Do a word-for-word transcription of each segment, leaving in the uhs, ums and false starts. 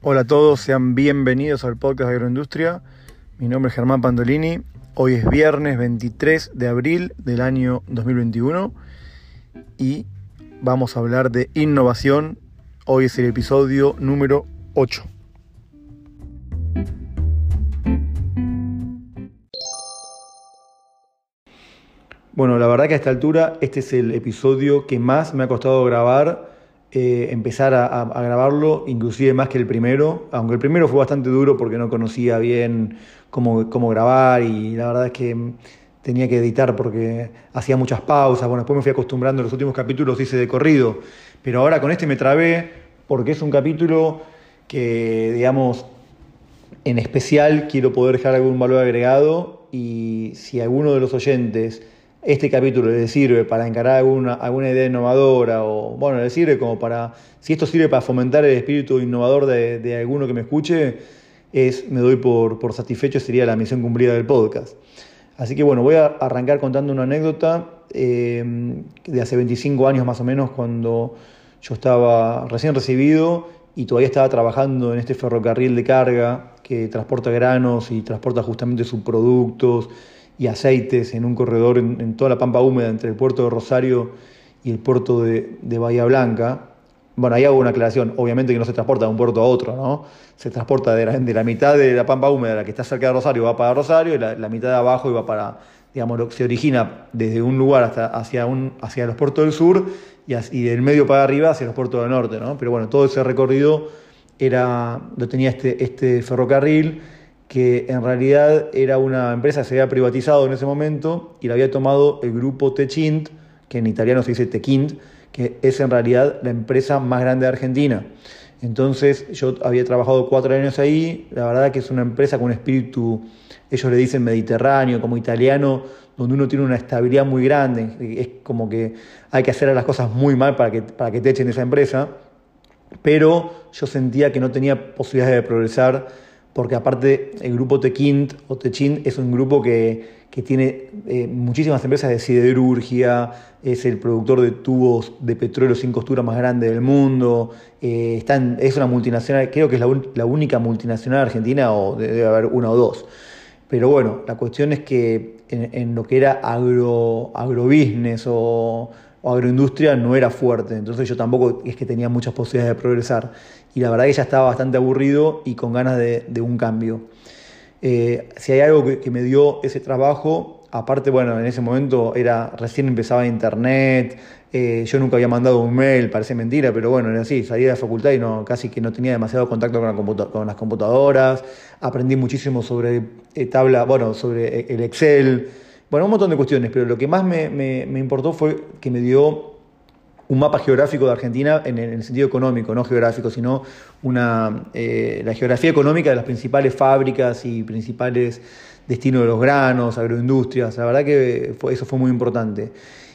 Hola a todos, sean bienvenidos al podcast de Agroindustria. Mi nombre es Germán Pandolini. Hoy es viernes veintitrés de abril del año dos mil veintiuno y vamos a hablar de innovación. Hoy es el episodio número ocho. Bueno, la verdad que a esta altura este es el episodio que más me ha costado grabar. Eh, empezar a, a, a grabarlo, inclusive más que el primero, aunque el primero fue bastante duro porque no conocía bien cómo, cómo grabar y la verdad es que tenía que editar porque hacía muchas pausas. Bueno, después me fui acostumbrando, los últimos capítulos hice de corrido, pero ahora con este me trabé porque es un capítulo que, digamos, en especial quiero poder dejar algún valor agregado y si alguno de los oyentes este capítulo le sirve para encarar alguna, alguna idea innovadora o, bueno, le sirve como para, si esto sirve para fomentar el espíritu innovador de, de alguno que me escuche, es, me doy por, por satisfecho, sería la misión cumplida del podcast. Así que bueno, voy a arrancar contando una anécdota eh, de hace veinticinco años más o menos, cuando yo estaba recién recibido y todavía estaba trabajando en este ferrocarril de carga que transporta granos y transporta justamente subproductos y aceites en un corredor en, en toda la pampa húmeda entre el puerto de Rosario y el puerto de, de Bahía Blanca. Bueno, ahí hago una aclaración, obviamente que no se transporta de un puerto a otro, ¿no? Se transporta de la, de la mitad de la pampa húmeda, la que está cerca de Rosario, va para Rosario, y la, la mitad de abajo va para, digamos, lo que se origina desde un lugar hasta hacia, un, hacia los puertos del sur y, y del medio para arriba hacia los puertos del norte, ¿no? Pero bueno, todo ese recorrido era, lo tenía este, este ferrocarril, que en realidad era una empresa que se había privatizado en ese momento y la había tomado el grupo Techint, que en italiano se dice Techint, que es en realidad la empresa más grande de Argentina. Entonces yo había trabajado cuatro años ahí, la verdad que es una empresa con un espíritu, ellos le dicen mediterráneo, como italiano, donde uno tiene una estabilidad muy grande, es como que hay que hacer las cosas muy mal para que, para que te echen de esa empresa, pero yo sentía que no tenía posibilidades de progresar, porque aparte el grupo Techint o Techint es un grupo que, que tiene eh, muchísimas empresas de siderurgia, es el productor de tubos de petróleo sin costura más grande del mundo, eh, está en, es una multinacional, creo que es la, un, la única multinacional argentina, o debe haber una o dos. Pero bueno, la cuestión es que en, en lo que era agro, agrobusiness o, o agroindustria no era fuerte, entonces yo tampoco es que tenía muchas posibilidades de progresar. Y la verdad que ya estaba bastante aburrido y con ganas de, de un cambio. Eh, si hay algo que, que me dio ese trabajo, aparte, bueno, en ese momento era recién empezaba internet, eh, yo nunca había mandado un mail, parece mentira, pero bueno, era así, salí de la facultad y no, casi que no tenía demasiado contacto con, la computa- con las computadoras, aprendí muchísimo sobre eh, tabla, bueno, sobre el Excel, bueno, un montón de cuestiones, pero lo que más me, me, me importó fue que me dio un mapa geográfico de Argentina en el, en el sentido económico, no geográfico, sino una, eh, la geografía económica de las principales fábricas y principales destinos de los granos, agroindustrias. La verdad que fue, eso fue muy importante.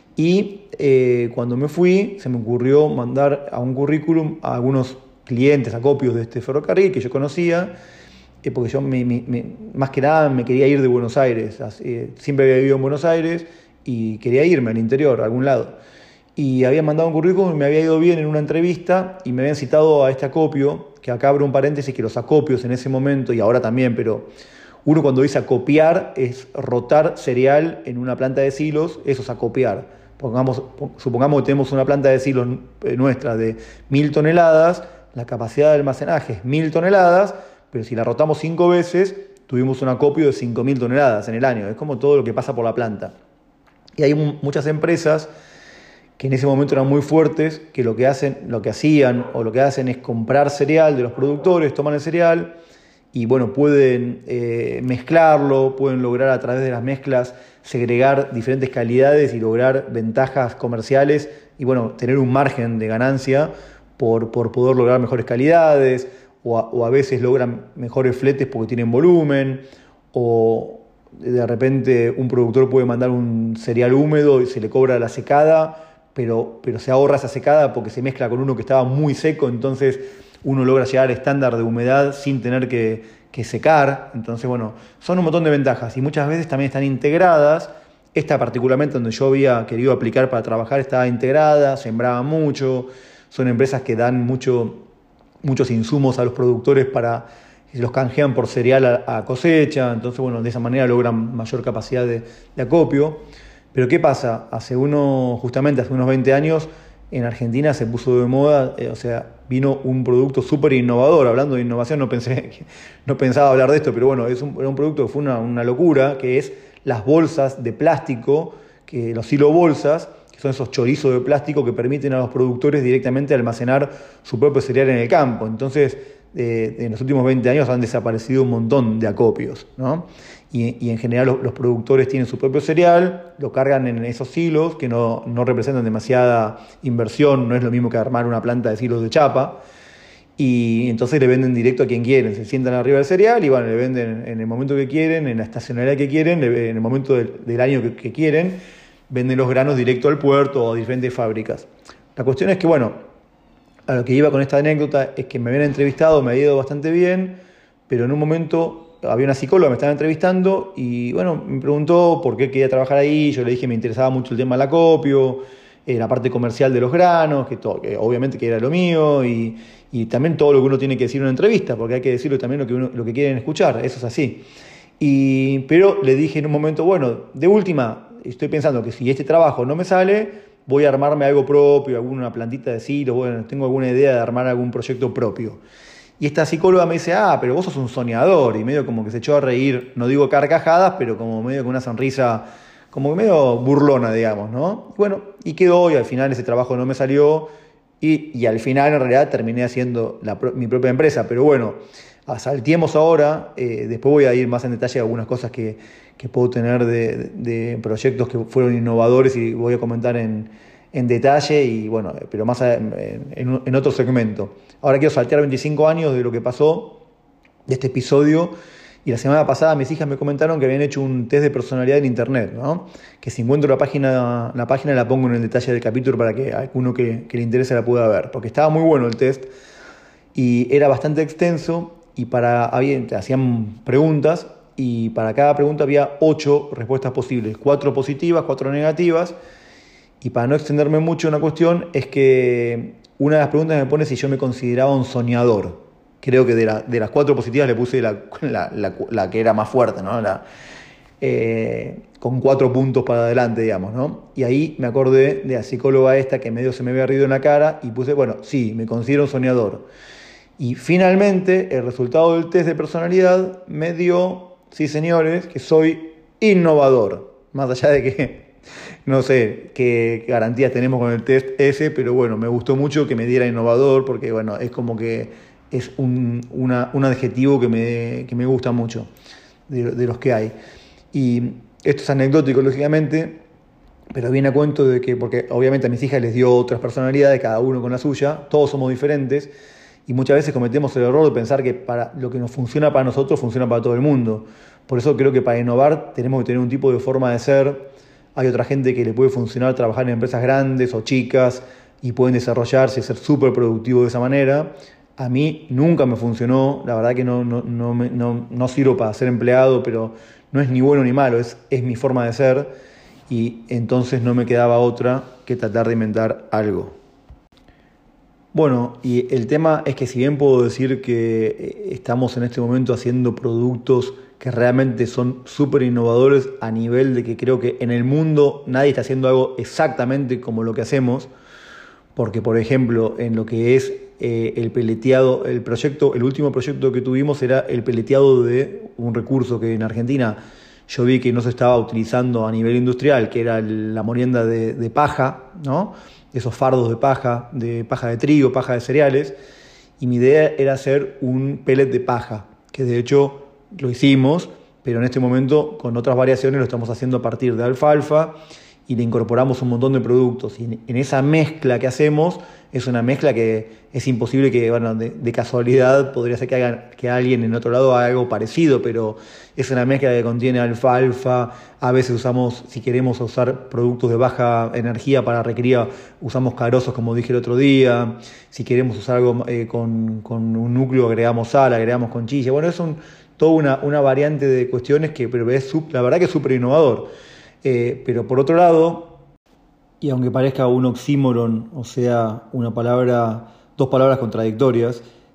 Y eh, cuando me fui, se me ocurrió mandar a un currículum a algunos clientes, acopios de este ferrocarril que yo conocía, eh, porque yo me, me, me, más que nada me quería ir de Buenos Aires. Así, siempre había vivido en Buenos Aires y quería irme al interior, a algún lado. Y había mandado un currículum y me había ido bien en una entrevista y me habían citado a este acopio, que acá abro un paréntesis, que los acopios en ese momento y ahora también, pero uno cuando dice acopiar es rotar cereal en una planta de silos, eso es acopiar. Pongamos, supongamos que tenemos una planta de silos nuestra de mil toneladas, la capacidad de almacenaje es mil toneladas, pero si la rotamos cinco veces, tuvimos un acopio de cinco mil toneladas en el año. Es como todo lo que pasa por la planta. Y hay muchas empresas que en ese momento eran muy fuertes, que lo que hacen, lo que hacían o lo que hacen es comprar cereal de los productores, toman el cereal y bueno, pueden eh, mezclarlo, pueden lograr a través de las mezclas segregar diferentes calidades y lograr ventajas comerciales y bueno, tener un margen de ganancia por, por poder lograr mejores calidades o a, o a veces logran mejores fletes porque tienen volumen o de repente un productor puede mandar un cereal húmedo y se le cobra la secada, Pero, pero se ahorra esa secada porque se mezcla con uno que estaba muy seco, entonces uno logra llegar al estándar de humedad sin tener que, que secar. Entonces, bueno, son un montón de ventajas y muchas veces también están integradas. Esta particularmente donde yo había querido aplicar para trabajar estaba integrada, sembraba mucho, son empresas que dan mucho muchos insumos a los productores para los canjean por cereal a, a cosecha, entonces bueno, de esa manera logran mayor capacidad de, de acopio. Pero ¿qué pasa? Hace uno, justamente hace unos veinte años, en Argentina se puso de moda, eh, o sea, vino un producto súper innovador. Hablando de innovación, no pensé, no pensaba hablar de esto, pero bueno, es un, era un producto que fue una, una locura, que es las bolsas de plástico, que los silobolsas, que son esos chorizos de plástico que permiten a los productores directamente almacenar su propio cereal en el campo. Entonces, eh, en los últimos veinte años han desaparecido un montón de acopios, ¿no? Y, y en general los, los productores tienen su propio cereal, lo cargan en esos silos que no, no representan demasiada inversión, no es lo mismo que armar una planta de silos de chapa, y entonces le venden directo a quien quieren, se sientan arriba del cereal y bueno, le venden en el momento que quieren, en la estacionalidad que quieren, en el momento del, del año que, que quieren, venden los granos directo al puerto o a diferentes fábricas. La cuestión es que, bueno, a lo que iba con esta anécdota es que me habían entrevistado, me había ido bastante bien, pero en un momento había una psicóloga que me estaba entrevistando y bueno, me preguntó por qué quería trabajar ahí. Yo le dije que me interesaba mucho el tema del acopio, eh, la parte comercial de los granos, que, todo, que obviamente que era lo mío, y, y también todo lo que uno tiene que decir en una entrevista, porque hay que decirlo también lo que, uno, lo que quieren escuchar, eso es así. Y, pero le dije en un momento, bueno, de última, estoy pensando que si este trabajo no me sale, voy a armarme algo propio, alguna plantita de silos, bueno, tengo alguna idea de armar algún proyecto propio. Y esta psicóloga me dice, ah, pero vos sos un soñador, y medio como que se echó a reír, no digo carcajadas, pero como medio con una sonrisa, como medio burlona, digamos, ¿no? Y bueno, y quedó, y al final ese trabajo no me salió, y, y al final en realidad terminé haciendo la, mi propia empresa, pero bueno, salteemos ahora, eh, después voy a ir más en detalle a algunas cosas que, que puedo tener de, de proyectos que fueron innovadores y voy a comentar en, en detalle, y bueno, pero más a, en, en, en otro segmento. Ahora quiero saltear veinticinco años de lo que pasó, de este episodio, y la semana pasada mis hijas me comentaron que habían hecho un test de personalidad en internet, ¿no? Que si encuentro la página, la página la pongo en el detalle del capítulo para que alguno que, que le interese la pueda ver, porque estaba muy bueno el test y era bastante extenso, y para, había, hacían preguntas y para cada pregunta había ocho respuestas posibles, cuatro positivas, cuatro negativas. Y para no extenderme mucho en la cuestión, es que una de las preguntas me pone si yo me consideraba un soñador. Creo que de, la, de las cuatro positivas le puse la, la, la, la que era más fuerte, ¿no? La, eh, con cuatro puntos para adelante, digamos, ¿no? Y ahí me acordé de la psicóloga esta que medio se me había rido en la cara y puse, bueno, sí, me considero un soñador. Y finalmente el resultado del test de personalidad me dio, sí señores, que soy innovador. Más allá de que no sé qué garantías tenemos con el test ese, pero bueno, me gustó mucho que me diera innovador, porque bueno, es como que es un, una, un adjetivo que me, que me gusta mucho de, de los que hay. Y esto es anecdótico, lógicamente, pero viene a cuento de que, porque obviamente a mis hijas les dio otras personalidades, cada uno con la suya, todos somos diferentes, y muchas veces cometemos el error de pensar que para lo que nos funciona para nosotros funciona para todo el mundo. Por eso creo que para innovar tenemos que tener un tipo de forma de ser. Hay otra gente que le puede funcionar trabajar en empresas grandes o chicas y pueden desarrollarse y ser súper productivos de esa manera. A mí nunca me funcionó, la verdad que no, no, no, me, no, no sirvo para ser empleado, pero no es ni bueno ni malo, es, es mi forma de ser, y entonces no me quedaba otra que tratar de inventar algo. Bueno, y el tema es que si bien puedo decir que estamos en este momento haciendo productos que realmente son súper innovadores a nivel de que creo que en el mundo nadie está haciendo algo exactamente como lo que hacemos, porque por ejemplo en lo que es eh, el peleteado, el proyecto, el último proyecto que tuvimos era el peleteado de un recurso que en Argentina yo vi que no se estaba utilizando a nivel industrial, que era la molienda de, de paja, ¿no? Esos fardos de paja, de paja de trigo, paja de cereales, y mi idea era hacer un pellet de paja, que de hecho lo hicimos, pero en este momento con otras variaciones lo estamos haciendo a partir de alfalfa y le incorporamos un montón de productos. Y en esa mezcla que hacemos es una mezcla que es imposible que, bueno, de, de casualidad podría ser que, hagan, que alguien en otro lado haga algo parecido, pero es una mezcla que contiene alfalfa. A veces usamos, si queremos usar productos de baja energía para recría, usamos carozos, como dije el otro día. Si queremos usar algo eh, con, con un núcleo, agregamos sal, agregamos conchilla. Bueno, es un, toda una, una variante de cuestiones que, pero es, la verdad que es súper innovador. Eh, pero por otro lado, y aunque parezca un oxímoron, o sea, una palabra, dos palabras contradictorias,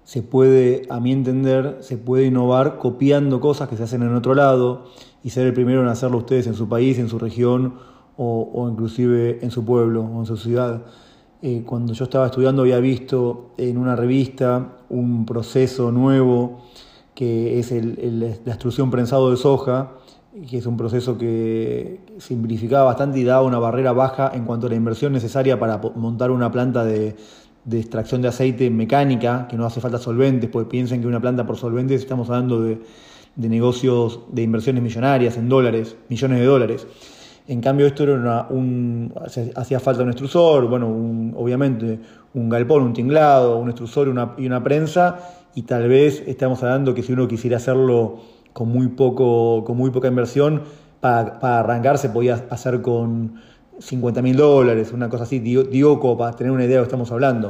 se puede, a mi entender, se puede innovar copiando cosas que se hacen en otro lado y ser el primero en hacerlo ustedes en su país, en su región o, o inclusive en su pueblo o en su ciudad. Eh, cuando yo estaba estudiando había visto en una revista un proceso nuevo que es el, el, la extrusión prensado de soja, que es un proceso que simplificaba bastante y daba una barrera baja en cuanto a la inversión necesaria para montar una planta de, de extracción de aceite mecánica, que no hace falta solventes, porque piensen que una planta por solventes estamos hablando de, de negocios de inversiones millonarias en dólares, millones de dólares. En cambio esto era una, un, hacía falta un extrusor, bueno, un, obviamente un galpón, un tinglado, un extrusor una, y una prensa, y tal vez estamos hablando que si uno quisiera hacerlo con muy poco, con muy poca inversión, para, para arrancar se podía hacer con cincuenta mil dólares, una cosa así, digo, digo para tener una idea de lo que estamos hablando.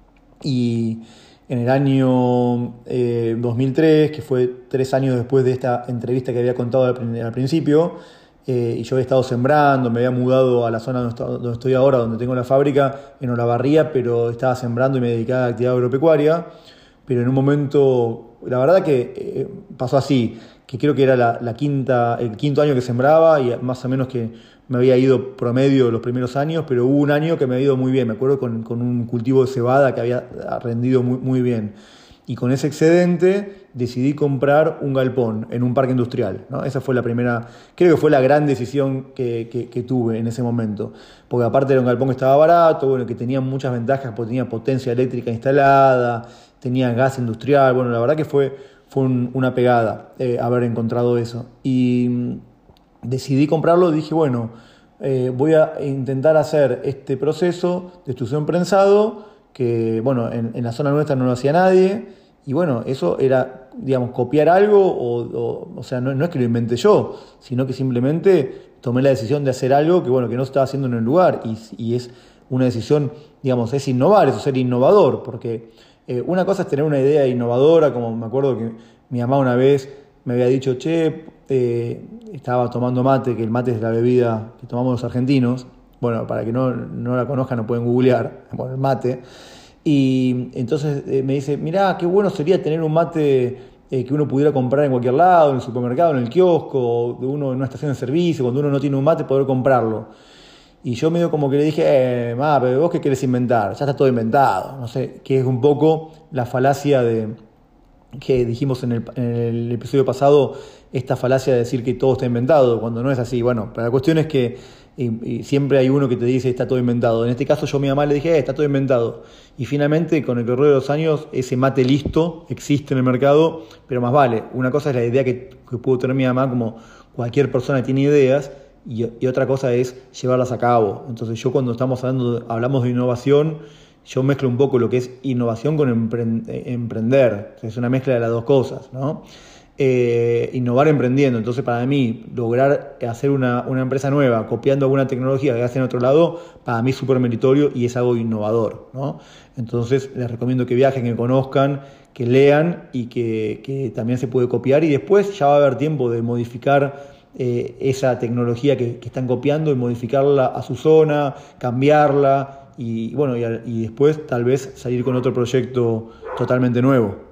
Y en el año eh, dos mil tres, que fue tres años después de esta entrevista que había contado al, al principio, eh, y yo había estado sembrando, me había mudado a la zona donde estoy, donde estoy ahora, donde tengo la fábrica, en Olavarría, pero estaba sembrando y me dedicaba a la actividad agropecuaria. Pero en un momento, la verdad que eh, pasó así, que creo que era la, la quinta, el quinto año que sembraba y más o menos que me había ido promedio los primeros años, pero hubo un año que me había ido muy bien, me acuerdo con, con un cultivo de cebada que había rendido muy, muy bien. Y con ese excedente decidí comprar un galpón en un parque industrial, ¿no? Esa fue la primera, creo que fue la gran decisión que, que, que tuve en ese momento. Porque aparte era un galpón que estaba barato, bueno, que tenía muchas ventajas, porque tenía potencia eléctrica instalada, tenía gas industrial, bueno, la verdad que fue, fue un, una pegada eh, haber encontrado eso. Y mmm, decidí comprarlo, dije, bueno, eh, voy a intentar hacer este proceso de extrusión prensado, que bueno, en, en la zona nuestra no lo hacía nadie, y bueno, eso era, digamos, copiar algo, o, o, o sea, no, no es que lo inventé yo, sino que simplemente tomé la decisión de hacer algo que bueno, que no se estaba haciendo en el lugar, y, y es una decisión, digamos, es innovar, es ser innovador, porque eh, una cosa es tener una idea innovadora, como me acuerdo que mi mamá una vez me había dicho, che, eh, estaba tomando mate, que el mate es la bebida que tomamos los argentinos, bueno, para que no, no la conozcan no pueden googlear, bueno, el mate, y entonces eh, me dice, mirá, qué bueno sería tener un mate eh, que uno pudiera comprar en cualquier lado, en el supermercado, en el kiosco, de uno en una estación de servicio, cuando uno no tiene un mate poder comprarlo. Y yo medio como que le dije, eh, ma, pero vos qué querés inventar, ya está todo inventado, no sé, que es un poco la falacia de que dijimos en el, en el episodio pasado, esta falacia de decir que todo está inventado, cuando no es así. Bueno, pero la cuestión es que y, y siempre hay uno que te dice está todo inventado. En este caso yo a mi mamá le dije, eh, está todo inventado. Y finalmente, con el correr de los años, ese mate listo existe en el mercado, pero más vale. Una cosa es la idea que, que pudo tener mi mamá, como cualquier persona que tiene ideas, y, y otra cosa es llevarlas a cabo. Entonces yo cuando estamos hablando, hablamos de innovación, yo mezclo un poco lo que es innovación con emprender. Es una mezcla de las dos cosas, ¿no? Eh, innovar emprendiendo. Entonces, para mí, lograr hacer una, una empresa nueva copiando alguna tecnología que hace en otro lado, para mí es súper meritorio y es algo innovador, ¿no? Entonces, les recomiendo que viajen, que conozcan, que lean y que, que también se puede copiar. Y después ya va a haber tiempo de modificar eh, esa tecnología que, que están copiando y modificarla a su zona, cambiarla. Y bueno, y, y después tal vez salir con otro proyecto totalmente nuevo.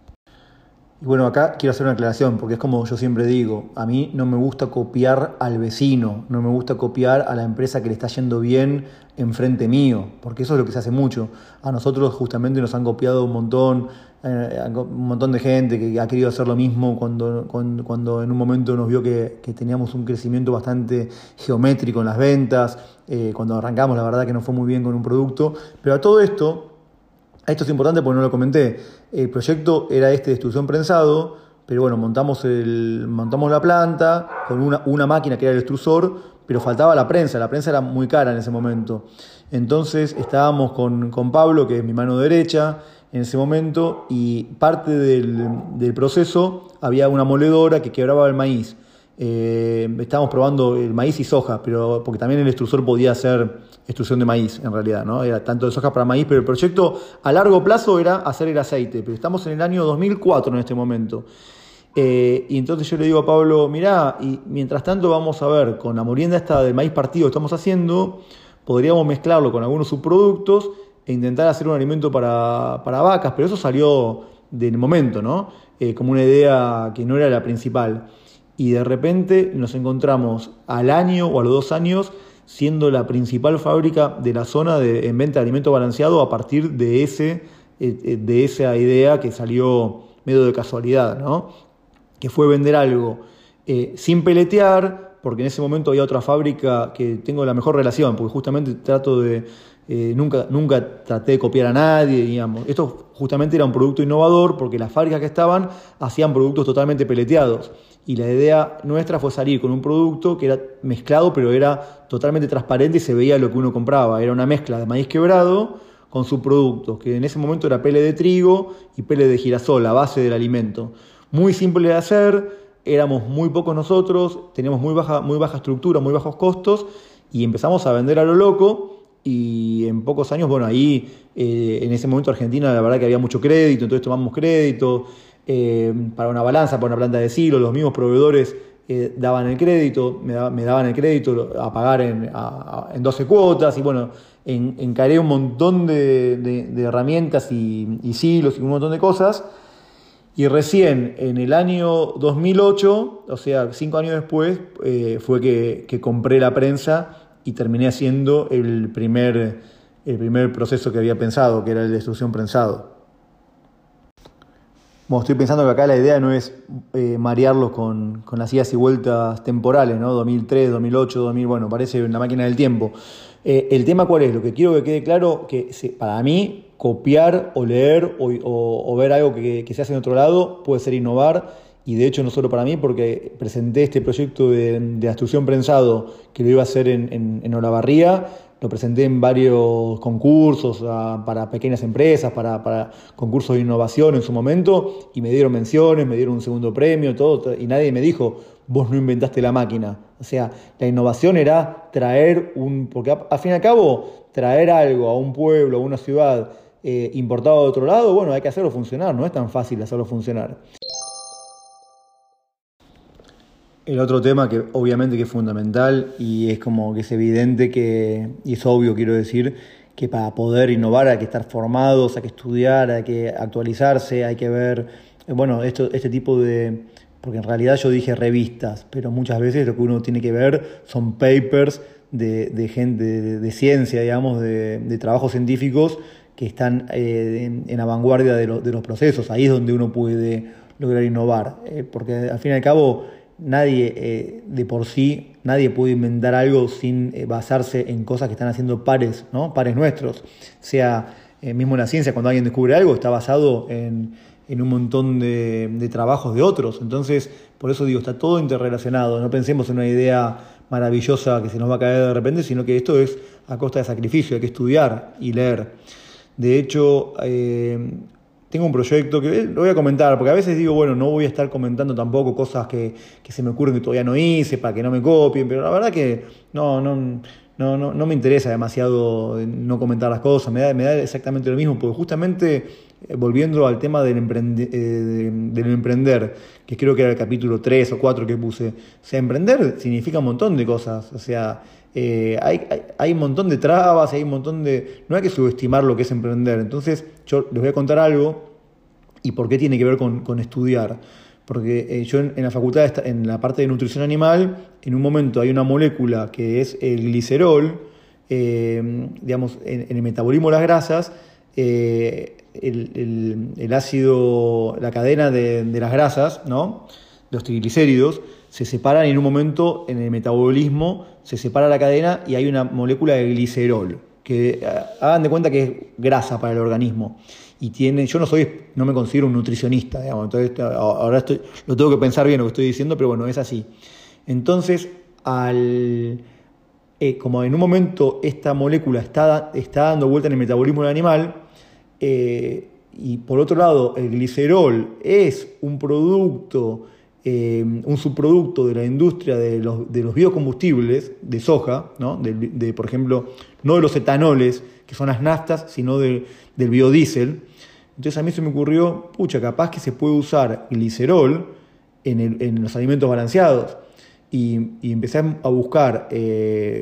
Y bueno, acá quiero hacer una aclaración, porque es como yo siempre digo, a mí no me gusta copiar al vecino, no me gusta copiar a la empresa que le está yendo bien enfrente mío, porque eso es lo que se hace mucho. A nosotros justamente nos han copiado un montón, eh, un montón de gente que ha querido hacer lo mismo cuando, cuando, cuando en un momento nos vio que, que teníamos un crecimiento bastante geométrico en las ventas, eh, cuando arrancamos la verdad que no fue muy bien con un producto, pero a todo esto... Esto es importante porque no lo comenté. El proyecto era este de extrusión prensado, pero bueno, montamos, el, montamos la planta con una, una máquina que era el extrusor, pero faltaba la prensa. La prensa era muy cara en ese momento. Entonces estábamos con, con Pablo, que es mi mano derecha, en ese momento, y parte del, del proceso había una moledora que quebraba el maíz. Eh, estábamos probando el maíz y soja, pero porque también el extrusor podía hacer extrusión de maíz en realidad, ¿no? Era tanto de soja para maíz, pero el proyecto a largo plazo era hacer el aceite, pero estamos en el año dos mil cuatro en este momento. Eh, y entonces yo le digo a Pablo, mirá, y mientras tanto vamos a ver, con la molienda esta del maíz partido que estamos haciendo, podríamos mezclarlo con algunos subproductos e intentar hacer un alimento para, para vacas, pero eso salió del momento, ¿no? Eh, como una idea que no era la principal. Y de repente nos encontramos al año o a los dos años siendo la principal fábrica de la zona de, en venta de alimento balanceado a partir de, ese, eh, de esa idea que salió medio de casualidad, ¿no? Que fue vender algo eh, sin peletear, porque en ese momento había otra fábrica que tengo la mejor relación, porque justamente trato de... Eh, nunca, nunca traté de copiar a nadie, digamos. Esto justamente era un producto innovador porque las fábricas que estaban hacían productos totalmente peleteados. Y la idea nuestra fue salir con un producto que era mezclado, pero era totalmente transparente y se veía lo que uno compraba. Era una mezcla de maíz quebrado con subproductos, que en ese momento era pele de trigo y pele de girasol, la base del alimento. Muy simple de hacer, éramos muy pocos nosotros, teníamos muy baja, muy baja estructura, muy bajos costos, y empezamos a vender a lo loco. Y en pocos años, bueno, ahí eh, en ese momento Argentina la verdad que había mucho crédito, entonces tomamos crédito eh, para una balanza, para una planta de silo, los mismos proveedores eh, daban el crédito, me, da, me daban el crédito a pagar en, a, a, en doce cuotas, y bueno, en, encaré un montón de, de, de herramientas y, y silos y un montón de cosas, y recién en el año dos mil ocho, o sea, cinco años después, eh, fue que, que compré la prensa y terminé haciendo el primer, el primer proceso que había pensado, que era el de extrusión prensado. Bueno, estoy pensando que acá la idea no es eh, marearlos con, con las idas y vueltas temporales, ¿no? dos mil tres, dos mil ocho, dos mil, bueno, parece una máquina del tiempo. Eh, el tema cuál es, lo que quiero que quede claro, que se, para mí copiar o leer o, o, o ver algo que, que se hace en otro lado puede ser innovar. Y de hecho no solo para mí, porque presenté este proyecto de, de extrusión prensado que lo iba a hacer en, en, en Olavarría, lo presenté en varios concursos a, para pequeñas empresas, para, para concursos de innovación en su momento, y me dieron menciones, me dieron un segundo premio, todo, y nadie me dijo, vos no inventaste la máquina. O sea, la innovación era traer un... porque a, a fin y al cabo, traer algo a un pueblo, a una ciudad eh, importado de otro lado, bueno, hay que hacerlo funcionar, no es tan fácil hacerlo funcionar. El otro tema que obviamente que es fundamental y es como que es evidente que, y es obvio quiero decir, que para poder innovar hay que estar formados, hay que estudiar, hay que actualizarse, hay que ver, bueno, esto, este tipo de, porque en realidad yo dije revistas, pero muchas veces lo que uno tiene que ver son papers de, de gente de, de ciencia, digamos, de, de trabajos científicos que están eh, en, en la vanguardia de, lo, de los procesos. Ahí es donde uno puede lograr innovar, eh, porque al fin y al cabo nadie eh, de por sí, nadie puede inventar algo sin eh, basarse en cosas que están haciendo pares, ¿no? Pares nuestros. Sea eh, mismo en la ciencia, cuando alguien descubre algo, está basado en, en un montón de, de trabajos de otros. Entonces, por eso digo, está todo interrelacionado. No pensemos en una idea maravillosa que se nos va a caer de repente, sino que esto es a costa de sacrificio, hay que estudiar y leer. De hecho, eh, tengo un proyecto que lo voy a comentar, porque a veces digo, bueno, no voy a estar comentando tampoco cosas que, que se me ocurren que todavía no hice, para que no me copien, pero la verdad que no, no, no, no, no me interesa demasiado no comentar las cosas, me da, me da exactamente lo mismo, porque justamente, eh, volviendo al tema del, emprende, eh, de, del emprender, que creo que era el capítulo tres o cuatro que puse, o sea, emprender significa un montón de cosas, o sea, Eh, hay, hay, hay un montón de trabas, hay un montón de... No hay que subestimar lo que es emprender. Entonces, yo les voy a contar algo y por qué tiene que ver con, con estudiar. Porque eh, yo en, en la facultad, en la parte de nutrición animal, en un momento hay una molécula que es el glicerol, eh, digamos, en, en el metabolismo de las grasas, eh, el, el, el ácido, la cadena de, de las grasas, ¿no? Los triglicéridos, se separan y en un momento en el metabolismo se separa la cadena y hay una molécula de glicerol, que hagan de cuenta que es grasa para el organismo. Y tiene, yo no soy, no me considero un nutricionista, digamos, entonces ahora estoy, lo tengo que pensar bien lo que estoy diciendo, pero bueno, es así. Entonces, al, eh, como en un momento esta molécula está, está dando vuelta en el metabolismo del animal, eh, y por otro lado el glicerol es un producto, Eh, un subproducto de la industria de los, de los biocombustibles de soja, ¿no? de, de, por ejemplo, no de los etanoles, que son las naftas, sino de, del biodiesel. Entonces a mí se me ocurrió, pucha, capaz que se puede usar glicerol en, el, en los alimentos balanceados. Y, y empecé a buscar eh,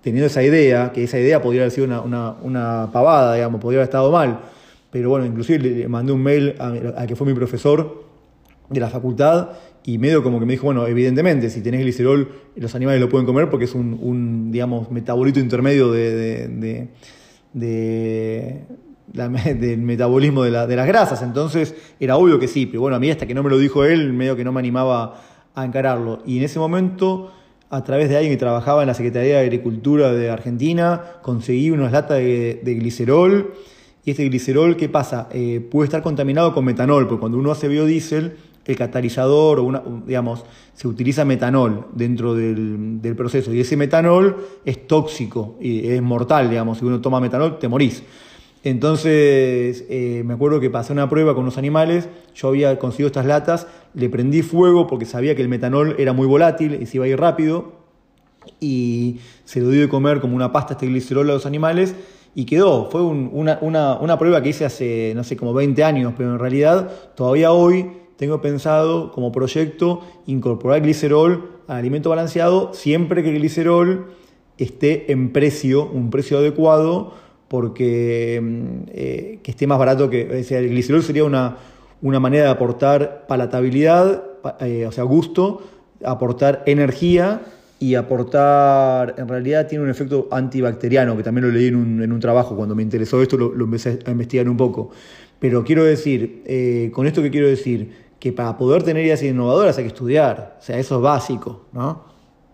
teniendo esa idea, que esa idea podría haber sido una, una, una pavada, digamos, podría haber estado mal, pero bueno, inclusive le mandé un mail a, a que fue mi profesor de la facultad y medio como que me dijo, bueno, evidentemente, si tenés glicerol, los animales lo pueden comer porque es un, un digamos, metabolito intermedio de, de, de, de la, del metabolismo de, la, de las grasas, entonces era obvio que sí, pero bueno, a mí hasta que no me lo dijo él, medio que no me animaba a encararlo. Y en ese momento, a través de alguien que trabajaba en la Secretaría de Agricultura de Argentina, conseguí unas latas de, de glicerol. Y este glicerol, ¿qué pasa? Eh, puede estar contaminado con metanol, porque cuando uno hace biodiesel, el catalizador, o una, digamos, se utiliza metanol dentro del, del proceso. Y ese metanol es tóxico y es mortal, digamos. Si uno toma metanol, te morís. Entonces, eh, me acuerdo que pasé una prueba con unos animales, yo había conseguido estas latas, le prendí fuego porque sabía que el metanol era muy volátil y se iba a ir rápido, y se lo di de comer como una pasta este glicerol a los animales, y quedó. Fue un, una, una, una prueba que hice hace, no sé, como veinte años, pero en realidad todavía hoy tengo pensado como proyecto incorporar glicerol al alimento balanceado siempre que el glicerol esté en precio, un precio adecuado, porque eh, que esté más barato que... O sea, el glicerol sería una, una manera de aportar palatabilidad, eh, o sea, gusto, aportar energía y aportar... En realidad tiene un efecto antibacteriano, que también lo leí en un, en un trabajo. Cuando me interesó esto lo, lo empecé a investigar un poco. Pero quiero decir, eh, con esto que quiero decir, que para poder tener ideas innovadoras hay que estudiar. O sea, eso es básico, ¿no?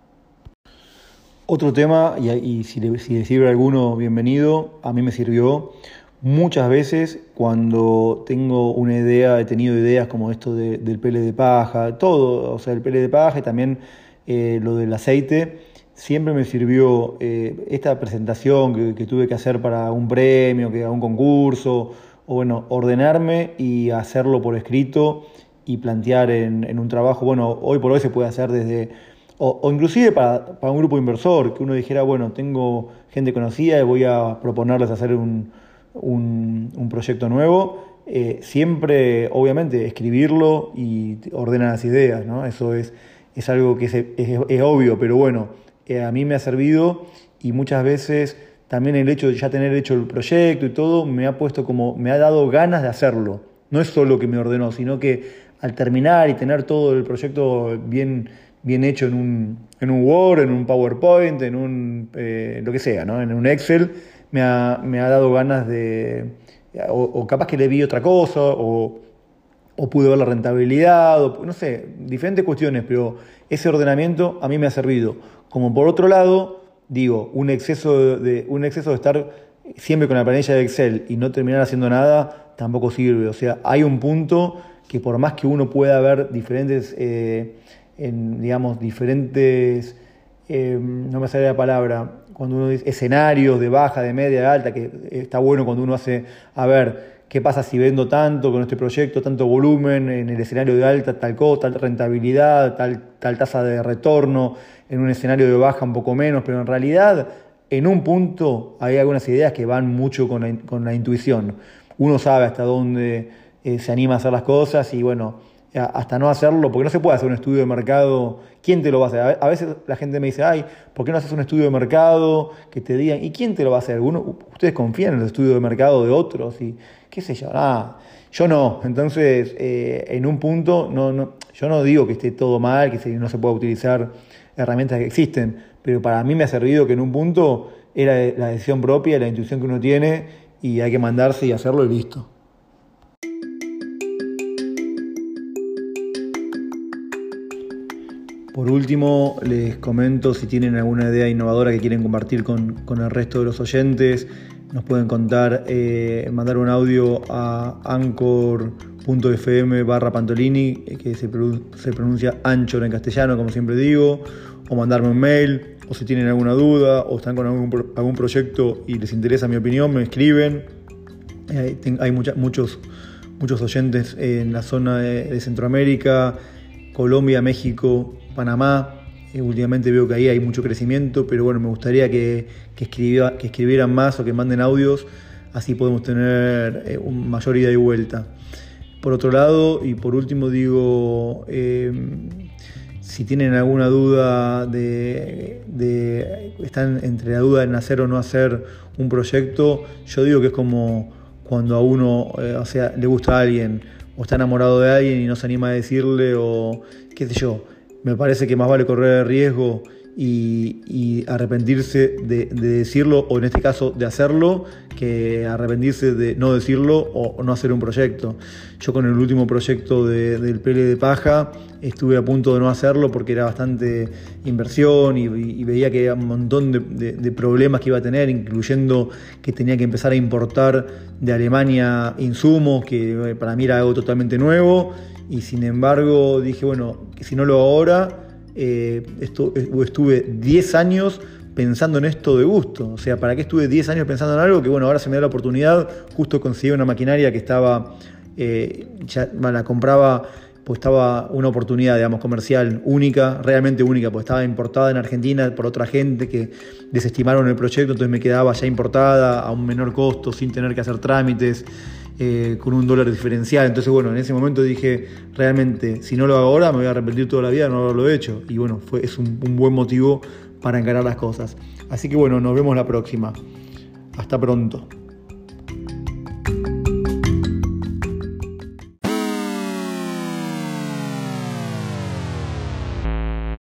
Otro tema, y, y si, le, si le sirve a alguno, bienvenido, a mí me sirvió muchas veces cuando tengo una idea, he tenido ideas como esto de, del pele de paja, todo, o sea, el pele de paja y también eh, lo del aceite, siempre me sirvió eh, esta presentación que, que tuve que hacer para un premio, que a un concurso, o bueno, ordenarme y hacerlo por escrito y plantear en, en un trabajo. Bueno, hoy por hoy se puede hacer desde... O, o inclusive para, para un grupo inversor, que uno dijera, bueno, tengo gente conocida y voy a proponerles hacer un, un, un proyecto nuevo. Eh, siempre, obviamente, escribirlo y ordenar las ideas, ¿no? Eso es, es algo que es, es, es obvio, pero bueno, eh, a mí me ha servido y muchas veces también el hecho de ya tener hecho el proyecto y todo me ha puesto como, me ha dado ganas de hacerlo. No es solo que me ordenó, sino que al terminar y tener todo el proyecto bien... bien hecho en un, en un Word, en un PowerPoint, en un eh, lo que sea, ¿no? En un Excel, me ha, me ha dado ganas de... O, o capaz que le vi otra cosa, o, o pude ver la rentabilidad, o no sé, diferentes cuestiones, pero ese ordenamiento a mí me ha servido. Como por otro lado, digo, un exceso de, un exceso de estar siempre con la planilla de Excel y no terminar haciendo nada, tampoco sirve. O sea, hay un punto que por más que uno pueda ver diferentes... Eh, en, digamos, diferentes, eh, no me sale la palabra, cuando uno dice escenarios de baja, de media, de alta, que está bueno cuando uno hace, a ver, ¿qué pasa si vendo tanto con este proyecto, tanto volumen, en el escenario de alta, tal cosa, tal rentabilidad, tal, tal tasa de retorno, en un escenario de baja un poco menos, pero en realidad, en un punto, hay algunas ideas que van mucho con la, con la intuición. Uno sabe hasta dónde eh, se anima a hacer las cosas y bueno, hasta no hacerlo, porque no se puede hacer un estudio de mercado. ¿Quién te lo va a hacer? A veces la gente me dice, ay, ¿por qué no haces un estudio de mercado que te digan? ¿Y quién te lo va a hacer? Uno, ustedes confían en el estudio de mercado de otros y qué sé yo, ah, yo no. Entonces, eh, en un punto, no, no, yo no digo que esté todo mal, que se, no se pueda utilizar herramientas que existen, pero para mí me ha servido que en un punto era la decisión propia, la intuición que uno tiene y hay que mandarse y hacerlo y listo. Por último, les comento si tienen alguna idea innovadora que quieren compartir con, con el resto de los oyentes, nos pueden contar, eh, mandar un audio a anchor punto f m barra Pantolini, que se, se pronuncia Anchor en castellano, como siempre digo, o mandarme un mail, o si tienen alguna duda, o están con algún, algún proyecto y les interesa mi opinión, me escriben. Eh, ten, hay mucha, muchos, muchos oyentes en la zona de, de Centroamérica, Colombia, México, Panamá. Eh, últimamente veo que ahí hay mucho crecimiento, pero bueno, me gustaría que, que, escribiera, que escribieran más o que manden audios, así podemos tener eh, un mayor ida y vuelta. Por otro lado, y por último digo, eh, si tienen alguna duda de, de están entre la duda en hacer o no hacer un proyecto, yo digo que es como cuando a uno, eh, o sea, le gusta a alguien o está enamorado de alguien y no se anima a decirle, o qué sé yo. Me parece que más vale correr el riesgo y, y arrepentirse de, de decirlo, o en este caso de hacerlo, que arrepentirse de no decirlo o, o no hacer un proyecto. Yo con el último proyecto de, del Pele de Paja estuve a punto de no hacerlo porque era bastante inversión y, y veía que había un montón de, de, de problemas que iba a tener, incluyendo que tenía que empezar a importar de Alemania insumos, que para mí era algo totalmente nuevo, y sin embargo dije, bueno, que si no lo hago ahora, eh, esto, estuve diez años pensando en esto de gusto. O sea, ¿para qué estuve diez años pensando en algo que, bueno, ahora se me da la oportunidad? Justo conseguí una maquinaria que estaba, eh, ya la compraba, pues estaba una oportunidad, digamos, comercial única, realmente única, pues estaba importada en Argentina por otra gente que desestimaron el proyecto, entonces me quedaba ya importada a un menor costo, sin tener que hacer trámites, eh, con un dólar diferencial. Entonces, bueno, en ese momento dije, realmente, si no lo hago ahora, me voy a arrepentir toda la vida de no haberlo hecho. Y bueno, fue, es un, un buen motivo para encarar las cosas. Así que bueno, nos vemos la próxima. Hasta pronto.